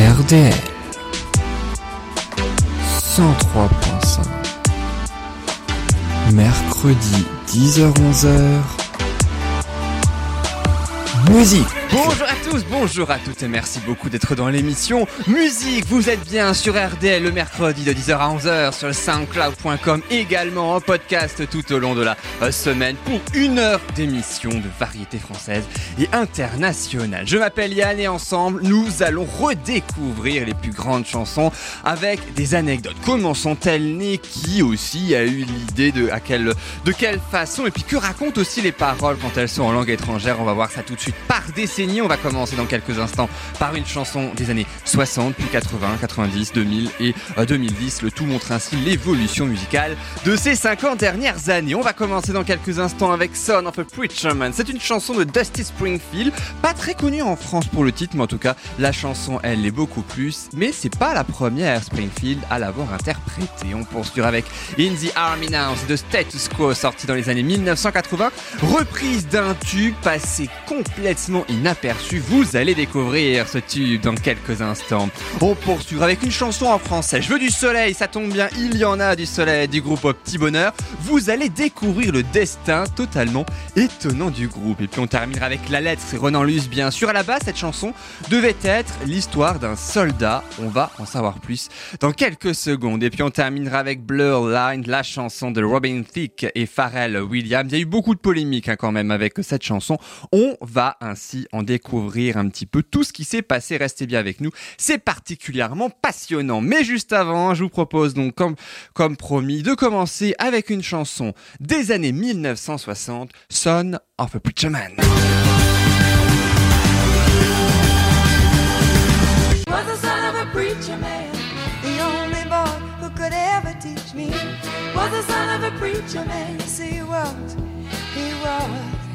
RDL 103.5. Mercredi 10h-11h. Musique. Bonjour à tous, bonjour à toutes et merci beaucoup d'être dans l'émission Musique. Vous êtes bien sur RDL le mercredi de 10h à 11h sur le soundcloud.com, également en podcast tout au long de la semaine pour une heure d'émission de variété française et internationale. Je m'appelle Yann et ensemble nous allons redécouvrir les plus grandes chansons avec des anecdotes. Comment sont-elles nées? Qui aussi a eu l'idée de quelle façon? Et puis que racontent aussi les paroles quand elles sont en langue étrangère? On va voir ça tout de suite par décennie. On va commencer dans quelques instants par une chanson des années 60, puis 80, 90, 2000 et 2010. Le tout montre ainsi l'évolution musicale de ces 50 dernières années. On va commencer dans quelques instants avec Son of a Preacher Man. C'est une chanson de Dusty Springfield, pas très connue en France pour le titre, mais en tout cas la chanson elle l'est beaucoup plus. Mais c'est pas la première Springfield à l'avoir interprétée. On poursuit avec In the Army Now de Status Quo, sorti dans les années 1980, reprise d'un tube passé complètement inaperçu. Vous allez découvrir ce tube dans quelques instants. On poursuit avec une chanson en français. Je veux du soleil, ça tombe bien, il y en a du soleil du groupe Petit Bonheur. Vous allez découvrir le destin totalement étonnant du groupe. Et puis on terminera avec La Lettre, c'est Renan Luce bien sûr. À la base, cette chanson devait être l'histoire d'un soldat. On va en savoir plus dans quelques secondes. Et puis on terminera avec Blur Line, la chanson de Robin Thicke et Pharrell Williams. Il y a eu beaucoup de polémiques quand même avec cette chanson. On va ainsi en découvrir un petit peu tout ce qui s'est passé. Restez bien avec nous, c'est particulièrement passionnant. Mais juste avant, je vous propose donc comme promis de commencer avec une chanson des années 1960, Son of a Preacher Man. Was the son of a preacher man, the only boy who could ever teach me. Was the son of a preacher man, yes he was, he was.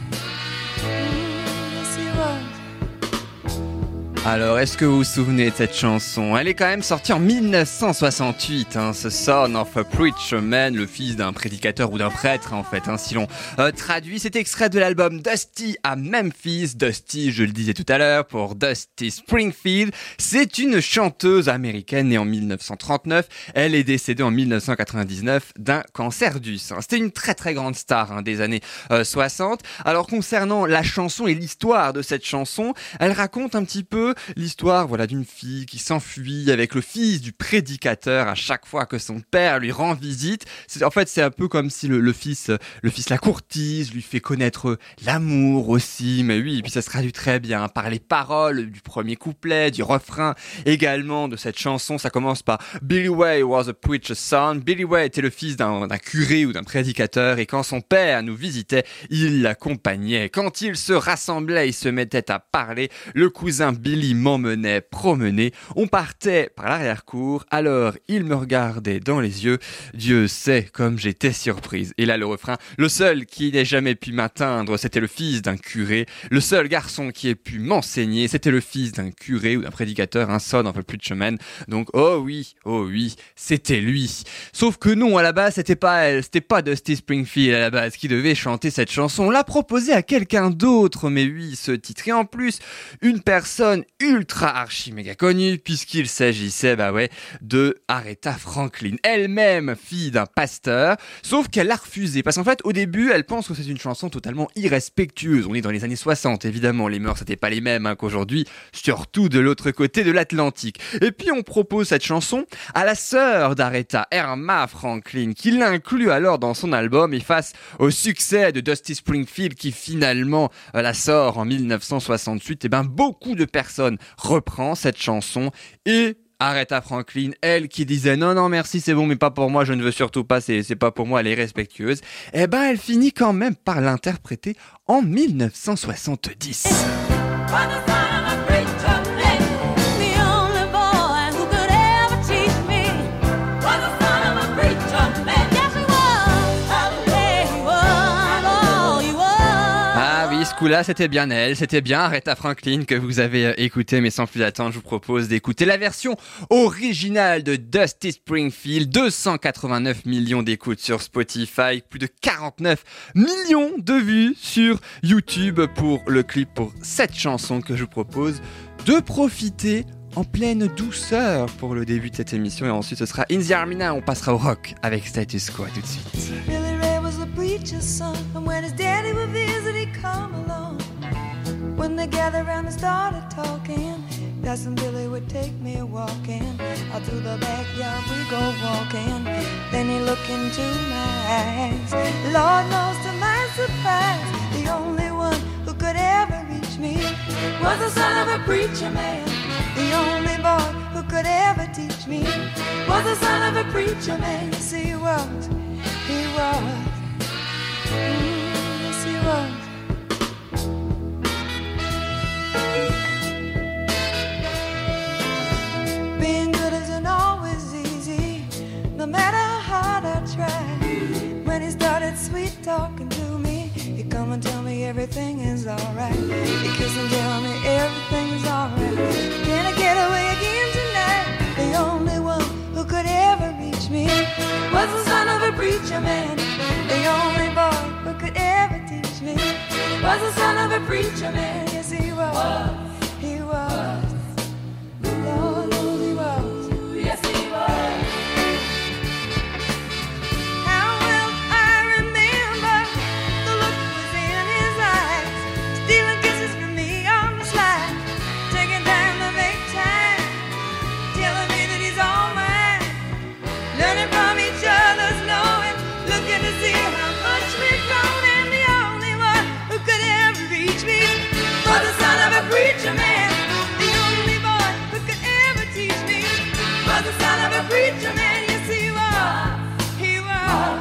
Yes he was. Alors, est-ce que vous vous souvenez de cette chanson? Elle est quand même sortie en 1968, ce Son of a Preacher Man, le fils d'un prédicateur ou d'un prêtre, en fait, si l'on traduit. C'est extrait de l'album Dusty à Memphis. Dusty, je le disais tout à l'heure, pour Dusty Springfield. C'est une chanteuse américaine née en 1939. Elle est décédée en 1999 d'un cancer du sein. C'était une très très grande star des années 60. Alors, concernant la chanson et l'histoire de cette chanson, elle raconte un petit peu l'histoire d'une fille qui s'enfuit avec le fils du prédicateur à chaque fois que son père lui rend visite. C'est un peu comme si le fils la courtise, lui fait connaître l'amour aussi, mais oui, et puis ça se traduit très bien par les paroles du premier couplet, du refrain également de cette chanson. Ça commence par Billy Way was a preacher's son. Billy Way était le fils d'un curé ou d'un prédicateur, et quand son père nous visitait, il l'accompagnait. Quand ils se rassemblaient, ils se mettaient à parler. Le cousin Billy m'emmenait promener. On partait par l'arrière-cour, alors il me regardait dans les yeux. Dieu sait comme j'étais surprise. Et là le refrain, le seul qui n'ait jamais pu m'atteindre, c'était le fils d'un curé. Le seul garçon qui ait pu m'enseigner, c'était le fils d'un curé ou d'un prédicateur, un son of a preacher man. Donc oh oui, c'était lui. Sauf que non, à la base c'était pas elle, c'était pas Dusty Springfield à la base qui devait chanter cette chanson. On l'a proposé à quelqu'un d'autre, mais oui, ce titre. Et en plus, une personne ultra archi méga connue, puisqu'il s'agissait de Aretha Franklin, elle-même fille d'un pasteur, sauf qu'elle l'a refusé parce qu'en fait au début elle pense que c'est une chanson totalement irrespectueuse. On est dans les années 60 évidemment, les mœurs c'était pas les mêmes qu'aujourd'hui, surtout de l'autre côté de l'Atlantique. Et puis on propose cette chanson à la sœur d'Aretha, Erma Franklin, qui l'inclut alors dans son album, et face au succès de Dusty Springfield qui finalement la sort en 1968, beaucoup de personnes reprend cette chanson, et Aretha Franklin, elle qui disait non merci c'est bon mais pas pour moi, je ne veux surtout pas, c'est pas pour moi, elle est respectueuse, elle finit quand même par l'interpréter en 1970. Ce coup-là, c'était bien elle, c'était bien Aretha Franklin que vous avez écouté, mais sans plus attendre, je vous propose d'écouter la version originale de Dusty Springfield. 289 millions d'écoutes sur Spotify, plus de 49 millions de vues sur YouTube pour le clip, pour cette chanson que je vous propose de profiter en pleine douceur pour le début de cette émission et ensuite ce sera In the Army Now, on passera au rock avec Status Quo, tout de suite. Billy Ray was the preacher's son, and when his daddy would visit, he'd come along. When they gathered around and started talking, Cousin Billy would take me walking. Out through the backyard we go walking. Then he looked into my eyes. Lord knows to my surprise, the only one who could ever reach me was the son of a preacher man. The only boy who could ever teach me was the son of a preacher man. Yes, he was. He was. Yes, he was. Being good isn't always easy, no matter how hard I try. When he started sweet talking to me, he'd come and tell me everything is alright. He'd kiss and tell me everything's alright. Can I get away again tonight? The only one who could ever reach me was the son of a preacher man. The only boy who could ever teach me was the son of a preacher man. Yes, he was. He was. Lord knows he was. Yes, he was. How well I remember the look was in his eyes, stealing kisses from me on the slide, taking time to make time, telling me that he's all mine, learning from each other's knowing, looking to see how much we've grown, and the only one who could ever reach me was the son of a preacher man. The only boy who could ever teach me was the son of a preacher man. Yes, he was. He was.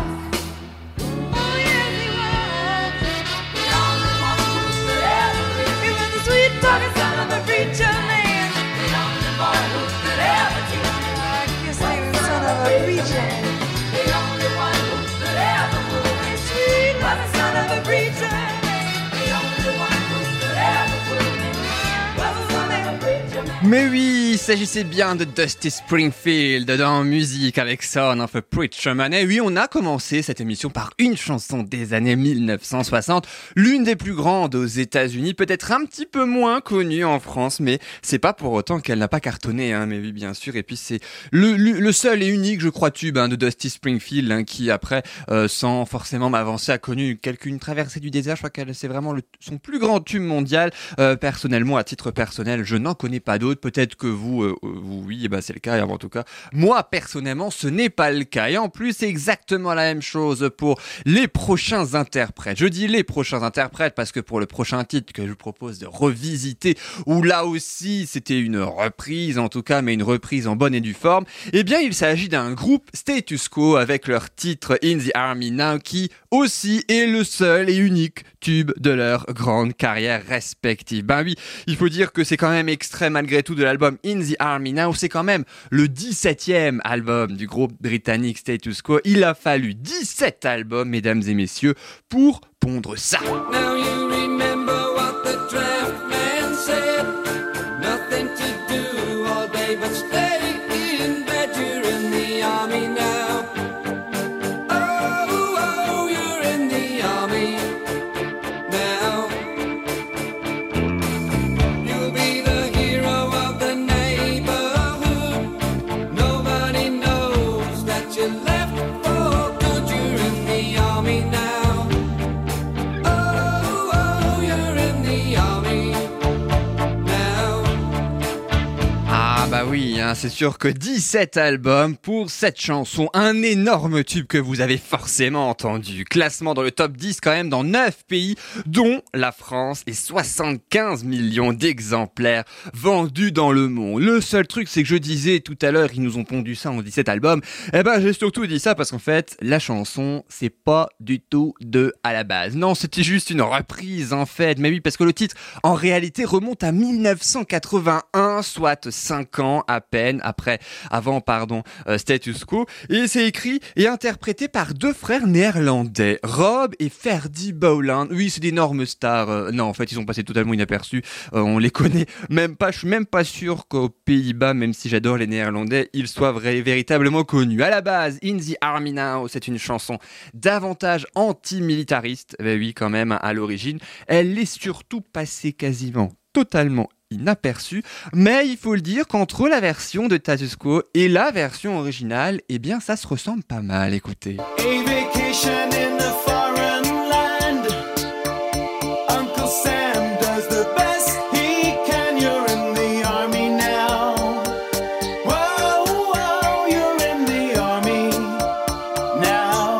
Oh, yes, he was. The only one who could ever reach me. He was the sweet talking son of a preacher man. The only boy who could ever teach me. I guess he was the son of a preacher. The only one who could ever move me sweet was the son of a preacher man. The only one who could ever move me was the son of a preacher man. Mais oui, il s'agissait bien de Dusty Springfield dans Musique avec Son of a Preacher Man. Et oui, on a commencé cette émission par une chanson des années 1960, l'une des plus grandes aux États-Unis, peut-être un petit peu moins connue en France, mais c'est pas pour autant qu'elle n'a pas cartonné, hein, mais oui, bien sûr. Et puis c'est le seul et unique, je crois, tube de Dusty Springfield, hein, qui après, sans forcément m'avancer, a connu une traversée du désert. Je crois qu'elle c'est vraiment son plus grand tube mondial. Personnellement, à titre personnel, je n'en connais pas d'autres. Peut-être que vous, oui, c'est le cas. Et en tout cas, moi, personnellement, ce n'est pas le cas. Et en plus, c'est exactement la même chose pour les prochains interprètes. Je dis les prochains interprètes parce que pour le prochain titre que je vous propose de revisiter, où là aussi, c'était une reprise, en tout cas, mais une reprise en bonne et due forme, eh bien, il s'agit d'un groupe Status Quo avec leur titre In the Army Now, qui aussi est le seul et unique tube de leur grande carrière respective. Ben oui, il faut dire que c'est quand même extrait malgré tout de l'album In the Army Now, c'est quand même le 17e album du groupe britannique Status Quo. Il a fallu 17 albums, mesdames et messieurs, pour pondre ça. Now you remember what the draft man said. Nothing to do all day but stay in bed. You're in the army now. Oh, oh, you're in the army now. You'll be the hero of the neighborhood. Nobody knows that you left for good. You're in the army now. Oh, oh, you're in the army now. Ah bah oui, hein, c'est sûr que 17 albums pour cette chanson, un énorme tube que vous avez forcément entendu. Classement dans le top 10 quand même dans 9 pays, dont la France, et 75 millions d'exemplaires vendus dans le monde. Le seul truc, c'est que je disais tout à l'heure, ils nous ont pondu ça en 17 albums. Eh ben j'ai surtout dit ça parce qu'en fait, la chanson, c'est pas du tout de à la base. Non, c'était juste une reprise en fait. Mais oui, parce que le titre, en réalité, remonte à 1981, soit 5 ans à peine avant Status Quo, et c'est écrit et interprété par deux frères néerlandais, Rob et Ferdy Bowland. Oui, c'est d'énormes stars. Non, en fait, ils sont passés totalement inaperçus. On les connaît même pas. Je suis même pas sûr qu'aux Pays-Bas, même si j'adore les Néerlandais, ils soient véritablement connus. À la base, In the Army Now, c'est une chanson davantage anti-militariste. Ben oui, quand même, à l'origine. Elle est surtout passée quasiment totalement inaperçu, mais il faut le dire qu'entre la version de Status Quo et la version originale, eh bien ça se ressemble pas mal, écoutez. A vacation in a foreign land. Uncle Sam does the best he can. You're in the army now. Whoa, whoa, you're in the army now.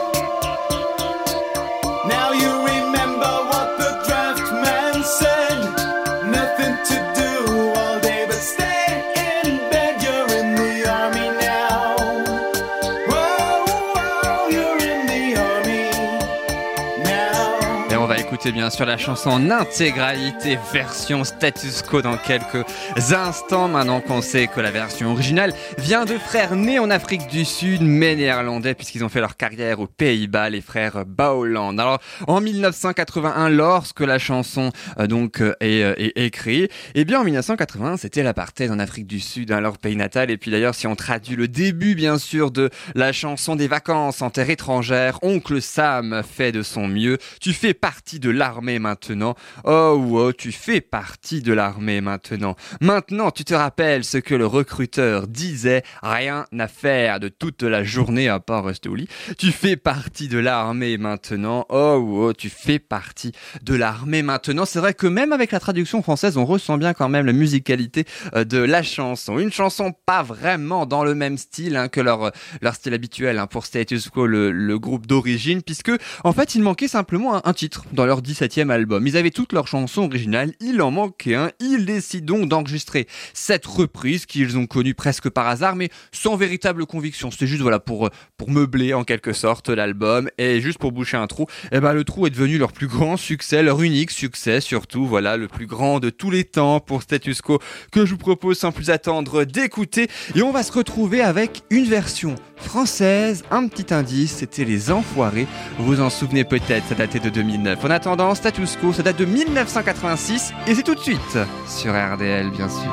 Now you remember what the draft man said. Nothing to do all day but stay in bed. You're in the army now. Whoa, whoa, you're in the army now. Et on va écouter bien sûr la chanson en intégralité version Status Quo dans quelques instants, maintenant qu'on sait que la version originale vient de frères nés en Afrique du Sud mais néerlandais, puisqu'ils ont fait leur carrière aux Pays-Bas, les frères Bauland. Alors en 1981, lorsque la chanson est créée, et bien en 1981 c'était l'apartheid en Afrique du Sud, leur pays natal. Et puis d'ailleurs, si on traduit le début bien sûr de la chanson des vacances en terre étrangère, Oncle Sam fait de son mieux. Tu fais partie de l'armée maintenant. Oh, tu fais partie de l'armée maintenant. Maintenant, tu te rappelles ce que le recruteur disait, rien à faire de toute la journée à part rester au lit. Tu fais partie de l'armée maintenant. Oh, tu fais partie de l'armée maintenant. C'est vrai que même avec la traduction française, on ressent bien quand même la musicalité de la chanson. Une chanson pas vraiment dans le même style que leur style habituel pour Status Quo, le groupe d'origine, puisque en fait il manquait simplement un titre dans leur 17e album. Ils avaient toutes leurs chansons originales, il en manquait un. Ils décident donc d'enregistrer cette reprise qu'ils ont connue presque par hasard, mais sans véritable conviction. C'était juste pour meubler en quelque sorte l'album, et juste pour boucher un trou. Et le trou est devenu leur plus grand succès, leur unique succès surtout, voilà, le plus grand de tous les temps pour Status Quo, que je vous propose sans plus attendre d'écouter. Et on va se retrouver avec une version française. Un petit indice, c'était Les Enfoirés. Vous vous en souvenez peut-être, ça datait de 2009. En attendant, Status Quo, ça date de 1986 et c'est tout de suite sur RDL, bien sûr.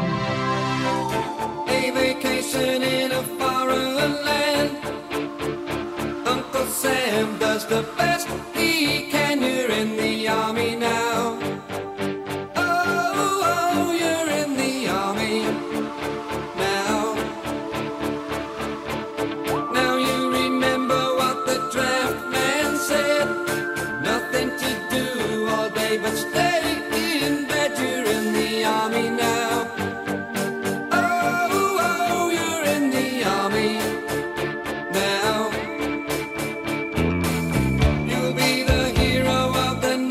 A vacation in a foreign land. Uncle Sam does the best he can. You're in the army now. Oh, you're in the army now. Now you remember what the draft man said. Nothing to do all day but stay in bed. You're in the army now. Oh, you're in the army now. You'll be the hero of the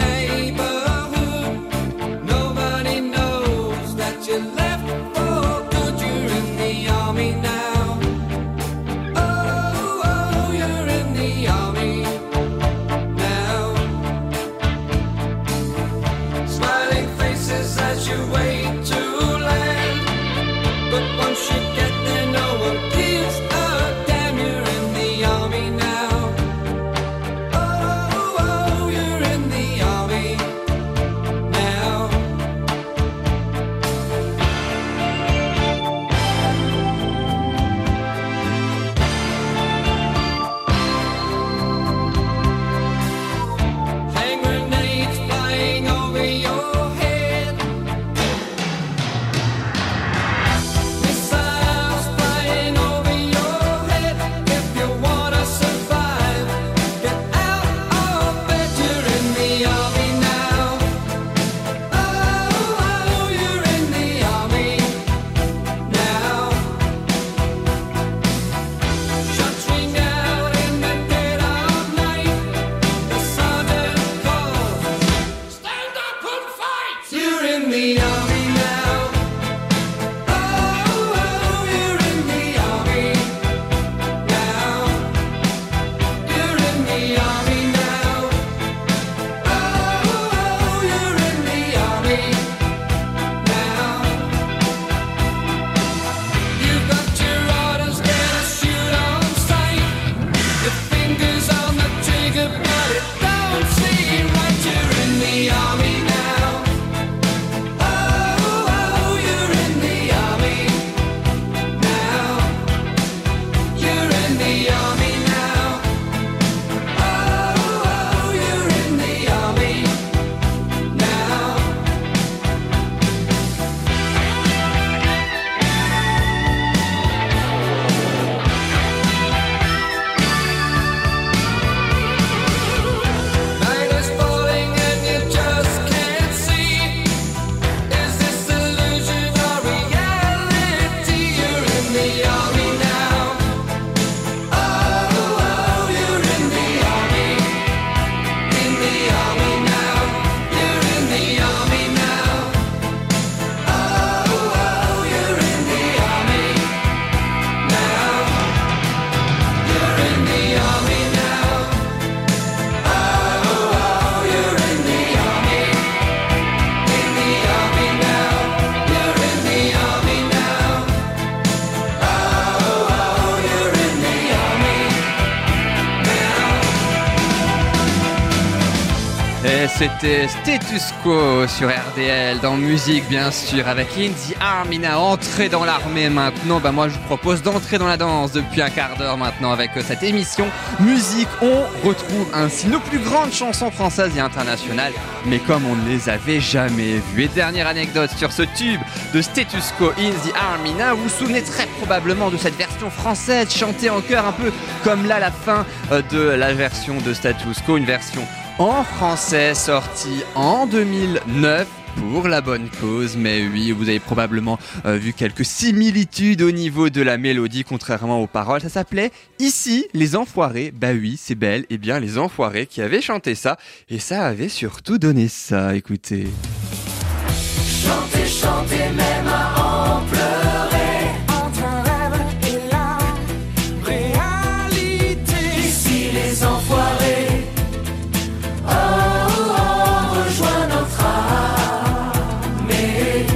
c'était Status Quo sur RDL, dans musique bien sûr, avec In the Army Now, entrée dans l'armée maintenant. Bah moi je vous propose d'entrer dans la danse depuis un quart d'heure maintenant avec cette émission Musique. On retrouve ainsi nos plus grandes chansons françaises et internationales, mais comme on ne les avait jamais vues. Et dernière anecdote sur ce tube de Status Quo, In the Army Now, vous vous souvenez très probablement de cette version française chantée en chœur, un peu comme là la fin de la version de Status Quo, une version en français sortie en 2009 pour la bonne cause. Mais oui, vous avez probablement vu quelques similitudes au niveau de la mélodie contrairement aux paroles. Ça s'appelait Ici les Enfoirés. Bah oui, c'est bel et bien les Enfoirés qui avaient chanté ça, et ça avait surtout donné ça. Écoutez. Chanter, chanter, même à en pleurer. Entre un rêve et la réalité. Ici les enfoirés. Oh, oh, rejoins notre armée.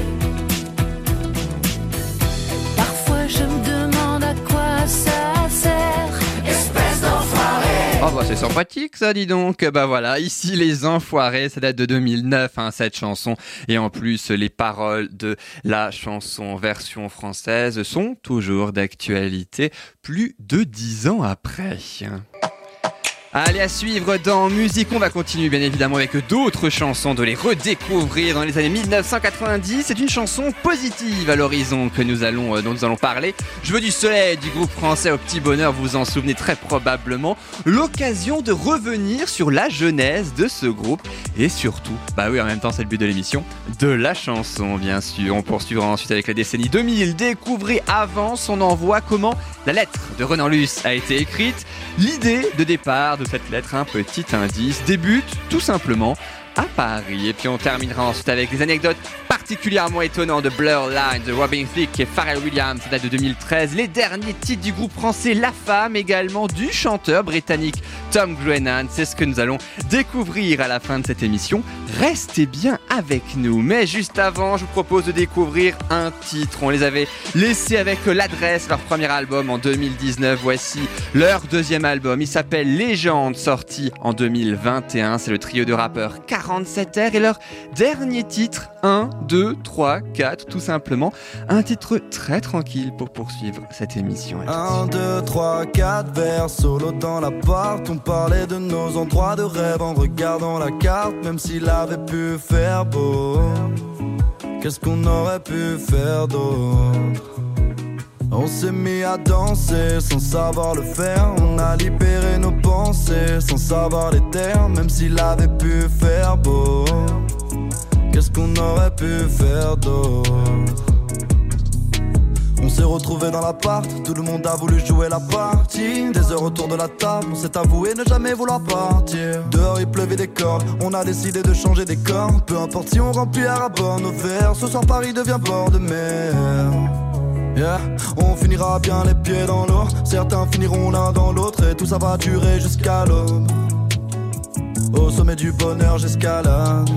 Parfois je me demande à quoi ça sert. Espèce d'enfoiré. Oh bah c'est sympathique ça, dis donc. Bah voilà, Ici les Enfoirés, ça date de 2009 cette chanson, et en plus les paroles de la chanson version française sont toujours d'actualité plus de 10 ans après. Allez, à suivre dans musique, on va continuer bien évidemment avec d'autres chansons, de les redécouvrir dans les années 1990. C'est une chanson positive à l'horizon dont nous allons parler. Je veux du soleil du groupe français Au Petit Bonheur, vous vous en souvenez très probablement. L'occasion de revenir sur la genèse de ce groupe et surtout, bah oui en même temps c'est le but de l'émission, de la chanson bien sûr. On poursuivra ensuite avec la décennie 2000. Découvrez avant son envoi comment la lettre de Renan Luce a été écrite. L'idée de départ de cette lettre, un petit indice, débute tout simplement à Paris. Et puis on terminera ensuite avec des anecdotes particulièrement étonnantes de Blur Lines, de Robin Thicke et Pharrell Williams, ça date de 2013. Les derniers titres du groupe français La Femme, également du chanteur britannique Tom Grennan. C'est ce que nous allons découvrir à la fin de cette émission. Restez bien avec nous. Mais juste avant, je vous propose de découvrir un titre. On les avait laissés avec L'Adresse, leur premier album en 2019. Voici leur deuxième album. Il s'appelle Légende, sorti en 2021. C'est le trio de rappeurs 47R et leur dernier titre, 1, 2, 3, 4, tout simplement. Un titre très tranquille pour poursuivre cette émission. 1, 2, 3, 4 vers solo dans l'appart. On parlait de nos endroits de rêve en regardant la carte. Même s'il avait pu faire beau, qu'est-ce qu'on aurait pu faire d'autre? On s'est mis à danser sans savoir le faire. On a libéré nos pensées sans savoir les termes. Même s'il avait pu faire beau, qu'est-ce qu'on aurait pu faire d'autre? On s'est retrouvés dans l'appart, tout le monde a voulu jouer la partie. Des heures autour de la table, on s'est avoué ne jamais vouloir partir. Dehors il pleuvait des cordes, on a décidé de changer des corps. Peu importe si on remplit à rabord nos verres. Ce soir Paris devient bord de mer. Yeah. On finira bien les pieds dans l'eau. Certains finiront l'un dans l'autre et tout ça va durer jusqu'à l'aube. Au sommet du bonheur j'escalade.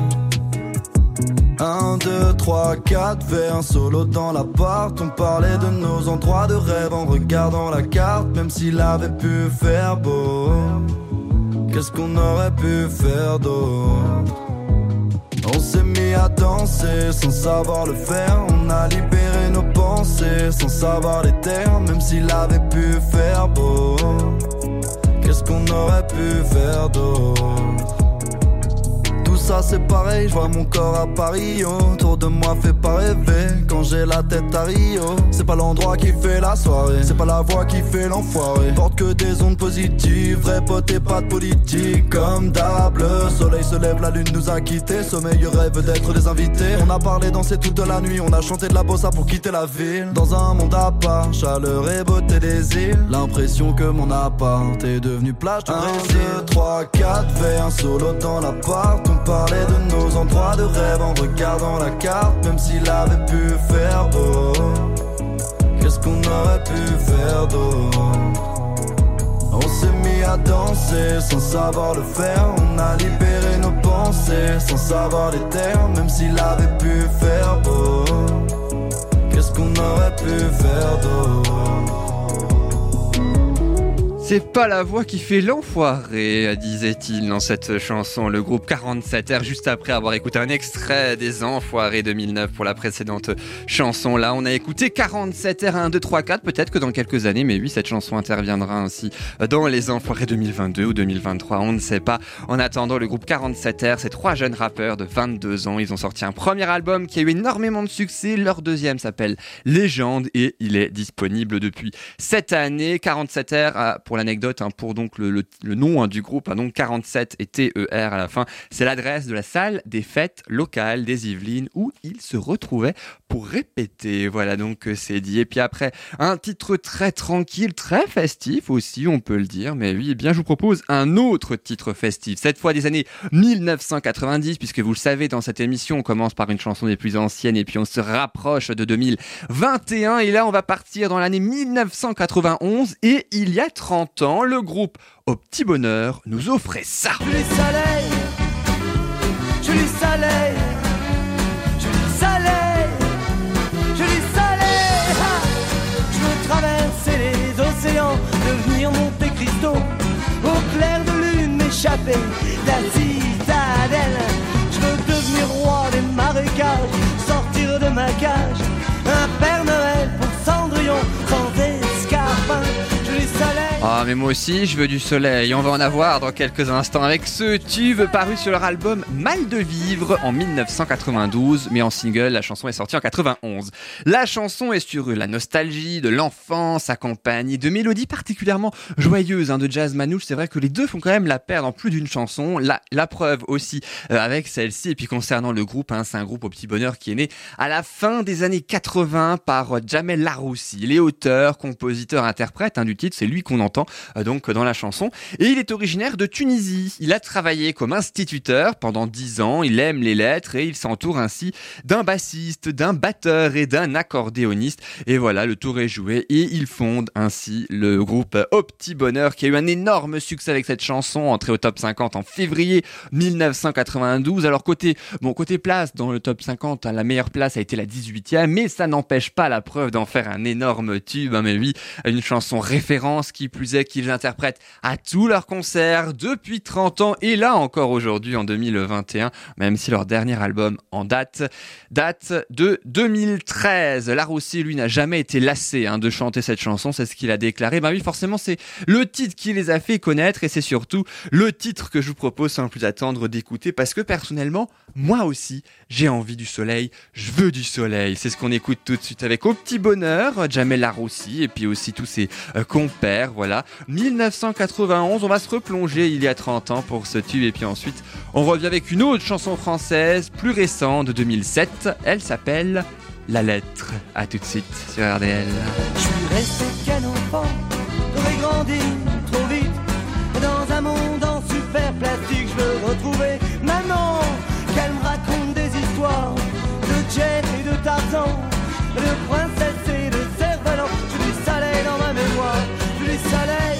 1, 2, 3, 4 vers solo dans l'appart. On parlait de nos endroits de rêve en regardant la carte. Même s'il avait pu faire beau, qu'est-ce qu'on aurait pu faire d'autre? On s'est mis à danser sans savoir le faire. On a libéré nos pensées sans savoir les termes. Même s'il avait pu faire beau, qu'est-ce qu'on aurait pu faire d'autre? Tout ça c'est pareil, je vois mon corps à Paris. Autour de moi fait pas rêver quand j'ai la tête à Rio. C'est pas l'endroit qui fait la soirée, c'est pas la voix qui fait l'enfoiré. Porte que des ondes positives, vrai pote et pas de politique. Comme d'hab, le soleil se lève, la lune nous a quittés. Sommeil rêve d'être des invités. On a parlé, dansé toute la nuit, on a chanté de la bossa pour quitter la ville. Dans un monde à part, chaleur et beauté des îles. L'impression que mon appart est devenu plage de Brésil. 1, 2, 3, 4 vers un solo dans l'appart. On parlait de nos endroits de rêve en regardant la carte. Même s'il avait pu faire beau, qu'est-ce qu'on aurait pu faire d'autre? On s'est mis à danser sans savoir le faire. On a libéré nos pensées sans savoir les termes. Même s'il avait pu faire beau, qu'est-ce qu'on aurait pu faire d'autre? C'est pas la voix qui fait l'enfoiré, disait-il dans cette chanson. Le groupe 47R, juste après avoir écouté un extrait des Enfoirés 2009 pour la précédente chanson. Là, on a écouté 47R 1, 2, 3, 4. Peut-être que dans quelques années, mais oui, cette chanson interviendra ainsi dans les Enfoirés 2022 ou 2023. On ne sait pas. En attendant, le groupe 47R, c'est 3 jeunes rappeurs de 22 ans. Ils ont sorti un premier album qui a eu énormément de succès. Leur deuxième s'appelle Légende et il est disponible depuis cette année. 47R, pour l'anecdote, pour donc le nom du groupe, donc 47 et TER à la fin, c'est l'adresse de la salle des fêtes locales des Yvelines où ils se retrouvaient pour répéter. Voilà, donc c'est dit. Et puis après, un titre très tranquille, très festif aussi, on peut le dire. Mais oui, eh bien, je vous propose un autre titre festif, cette fois des années 1990, puisque vous le savez, dans cette émission, on commence par une chanson des plus anciennes et puis on se rapproche de 2021. Et là, on va partir dans l'année 1991 et il y a 30 ans, le groupe Au Petit Bonheur nous offrait ça. Joli soleil, joli soleil, joli soleil, joli soleil. Ha, je veux traverser les océans, devenir Monte Cristo, au clair de lune m'échapper de la citadelle. Je veux devenir roi des marécages, sortir de ma cage, un Père Noël pour Cendrillon, sans escarpin. Joli soleil. Ah, mais moi aussi, je veux du soleil. On va en avoir dans quelques instants avec ce tube paru sur leur album Mal de Vivre en 1992. Mais en single, la chanson est sortie en 91. La chanson est sur la nostalgie de l'enfance, accompagnée de mélodies particulièrement joyeuses de jazz manouche. C'est vrai que les deux font quand même la paire dans plus d'une chanson. La preuve aussi avec celle-ci. Et puis concernant le groupe, c'est un groupe Au Petit Bonheur qui est né à la fin des années 80 par Jamel Laroussi. Il est auteur, compositeur, interprète du titre. C'est lui qu'on entend donc dans la chanson, et il est originaire de Tunisie. Il a travaillé comme instituteur pendant 10 ans, il aime les lettres et il s'entoure ainsi d'un bassiste, d'un batteur et d'un accordéoniste, et voilà, le tour est joué et il fonde ainsi le groupe Au Petit Bonheur qui a eu un énorme succès avec cette chanson, entrée au top 50 en février 1992. Alors côté place dans le top 50, la meilleure place a été la 18e, mais ça n'empêche pas la preuve d'en faire un énorme tube, mais oui, une chanson référence qui plus est qu'ils interprètent à tous leurs concerts depuis 30 ans et là encore aujourd'hui en 2021, même si leur dernier album en date de 2013. Laroussi, lui, n'a jamais été lassé de chanter cette chanson, c'est ce qu'il a déclaré. Oui, forcément, c'est le titre qui les a fait connaître et c'est surtout le titre que je vous propose sans plus attendre d'écouter parce que personnellement, moi aussi, j'ai envie du soleil, je veux du soleil. C'est ce qu'on écoute tout de suite avec Au Petit Bonheur, Jamel Laroussi et puis aussi tous ses compères, voilà. 1991, on va se replonger il y a 30 ans pour ce tube et puis ensuite on revient avec une autre chanson française plus récente de 2007. Elle s'appelle La Lettre. À tout de suite sur RDL. Je suis resté qu'un enfant, j'aurais grandi trop vite. Dans un monde en super plastique, je veux retrouver maman, qu'elle me raconte des histoires de Jet et de Tarzan, de princesse et de cerf-volant. J'ai du soleil dans ma mémoire, j'ai du soleil,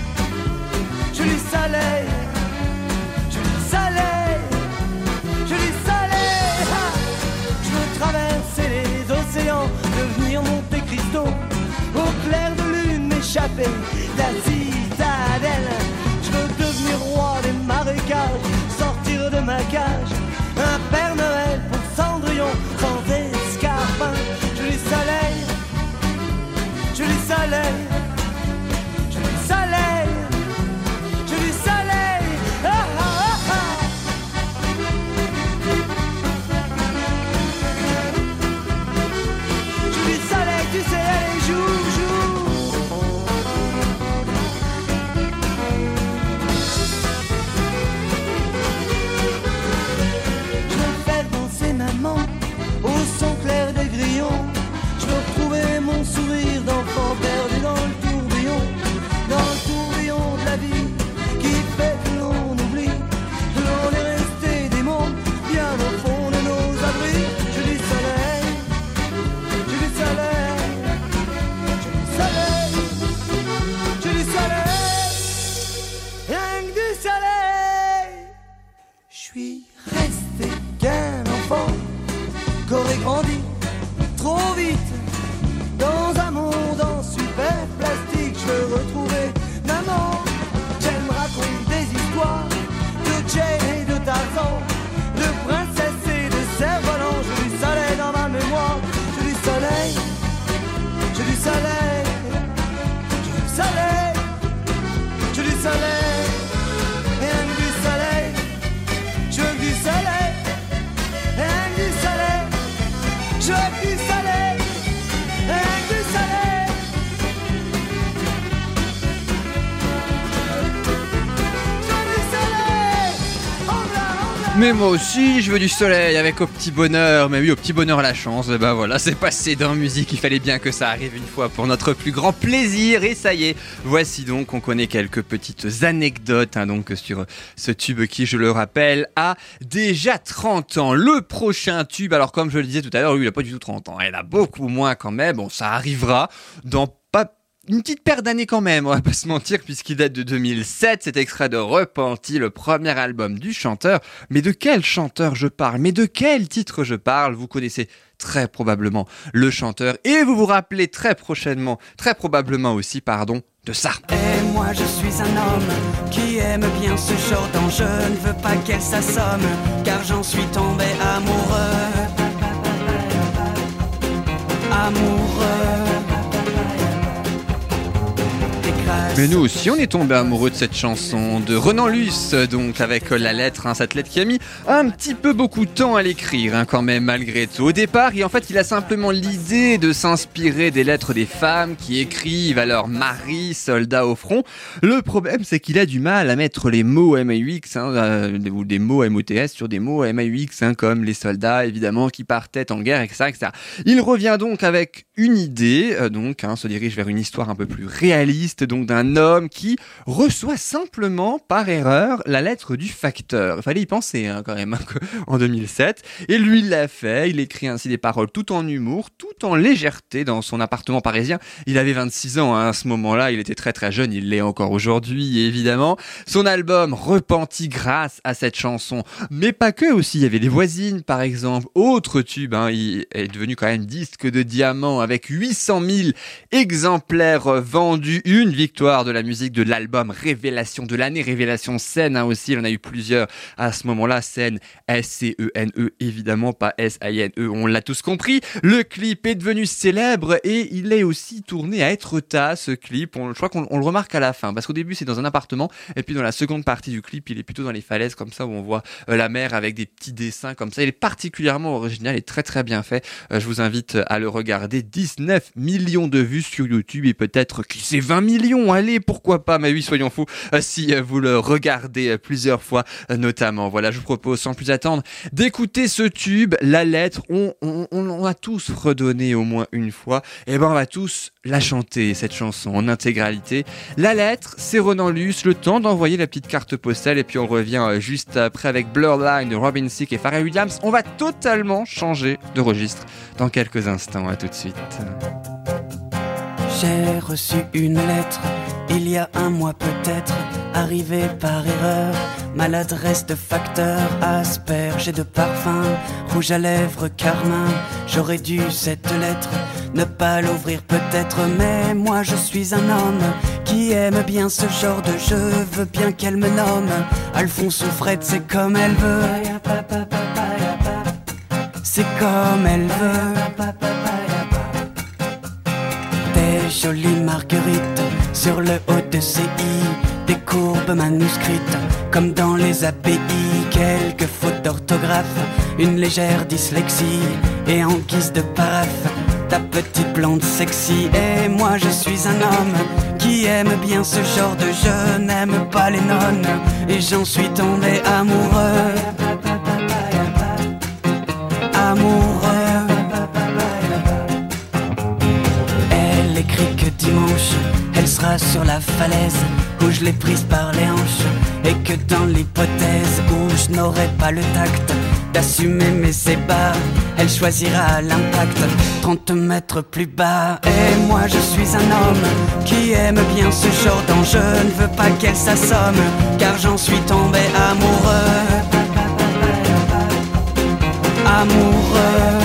j'ai du soleil, j'ai du soleil, j'ai du soleil. Ha, je veux traverser les océans, devenir Monte Cristo, au clair de lune m'échapper de la citadelle. Je veux devenir roi des marécages, sortir de ma cage, un Père Noël pour Cendrillon, sans escarpin. Mais moi aussi, je veux du soleil avec Au Petit Bonheur. Mais oui, Au Petit Bonheur la chance. Et ben voilà, c'est passé dans musique. Il fallait bien que ça arrive une fois pour notre plus grand plaisir. Et ça y est, voici donc, on connaît quelques petites anecdotes donc sur ce tube qui, je le rappelle, a déjà 30 ans. Le prochain tube, alors comme je le disais tout à l'heure, lui, il a pas du tout 30 ans. Il a beaucoup moins quand même. Bon, ça arrivera dans pas une petite paire d'années quand même, on va pas se mentir, puisqu'il date de 2007, cet extrait de Repenti, le premier album du chanteur. Mais de quel chanteur je parle? Mais de quel titre je parle? Vous connaissez très probablement le chanteur, et vous vous rappelez très probablement aussi, de ça. Et moi je suis un homme qui aime bien ce genre d'enjeu. Je ne veux pas qu'elle s'assomme, car j'en suis tombé amoureux. Mais nous aussi, on est tombé amoureux de cette chanson de Renan Luce, donc avec la lettre, cette lettre qui a mis un petit peu beaucoup de temps à l'écrire, quand même, malgré tout. Au départ, il a simplement l'idée de s'inspirer des lettres des femmes qui écrivent à leur mari, soldat au front. Le problème, c'est qu'il a du mal à mettre les mots MAUX, ou des mots MOTS sur des mots MAUX, comme les soldats, évidemment, qui partaient en guerre, etc., etc. Il revient donc avec une idée, se dirige vers une histoire un peu plus réaliste, donc d'un homme qui reçoit simplement par erreur la lettre du facteur. Il fallait y penser quand même en 2007. Et lui, il l'a fait. Il écrit ainsi des paroles tout en humour, tout en légèreté dans son appartement parisien. Il avait 26 ans à ce moment-là. Il était très très jeune. Il l'est encore aujourd'hui, évidemment. Son album repentit grâce à cette chanson. Mais pas que aussi. Il y avait Les Voisines, par exemple. Autre tube. Il est devenu quand même disque de diamant avec 800 000 exemplaires vendus. Une victoire de la musique de l'album Révélation de l'année, Révélation Scène aussi, il en a eu plusieurs à ce moment-là, Scène, S-C-E-N-E, évidemment pas S-I-N-E, on l'a tous compris. Le clip est devenu célèbre et il est aussi tourné à Etretat, ce clip, je crois qu'on le remarque à la fin, parce qu'au début c'est dans un appartement, et puis dans la seconde partie du clip, il est plutôt dans les falaises comme ça, où on voit la mer avec des petits dessins comme ça. Il est particulièrement original et très très bien fait, je vous invite à le regarder. 19 millions de vues sur YouTube et peut-être, qui sait, 20 millions, allez, pourquoi pas, mais oui, soyons fous, si vous le regardez plusieurs fois notamment. Voilà, je vous propose sans plus attendre d'écouter ce tube, La Lettre. On a tous redonné au moins une fois, et on va tous la chanter, cette chanson en intégralité. La Lettre, c'est Renan Luce, le temps d'envoyer la petite carte postale, et puis on revient juste après avec Blurline de Robin Thicke et Pharrell Williams. On va totalement changer de registre dans quelques instants, à tout de suite. J'ai reçu une lettre, il y a un mois peut-être, arrivée par erreur. Maladresse de facteur, asperge et de parfum, rouge à lèvres, carmin. J'aurais dû cette lettre ne pas l'ouvrir peut-être, mais moi je suis un homme qui aime bien ce genre de jeu. Veux bien qu'elle me nomme Alphonse ou Fred, c'est comme elle veut. C'est comme elle veut. Des jolies marguerites sur le haut de ses i, des courbes manuscrites comme dans les API, quelques fautes d'orthographe, une légère dyslexie, et en guise de paraphe, ta petite blonde sexy. Et moi je suis un homme qui aime bien ce genre de jeu, n'aime pas les nonnes, et j'en suis tombé amoureux. Amoureux. Elle écrit que dimanche elle sera sur la falaise où je l'ai prise par les hanches, et que dans l'hypothèse où je n'aurai pas le tact d'assumer mes ébats, elle choisira l'impact 30 mètres plus bas. Et moi je suis un homme qui aime bien ce genre d'enjeu, ne veux pas qu'elle s'assomme, car j'en suis tombé amoureux. Amoureux.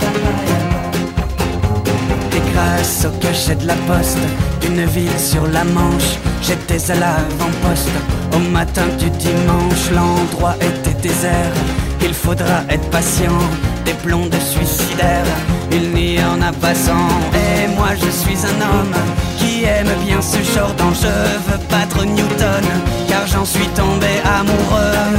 Et grâce au cachet de la poste d'une ville sur la Manche, j'étais à l'avant-poste au matin du dimanche. L'endroit était désert, il faudra être patient, des blondes suicidaires, il n'y en a pas 100. Et moi je suis un homme qui aime bien ce genre d'enjeu, veux battre Newton, car j'en suis tombé amoureux.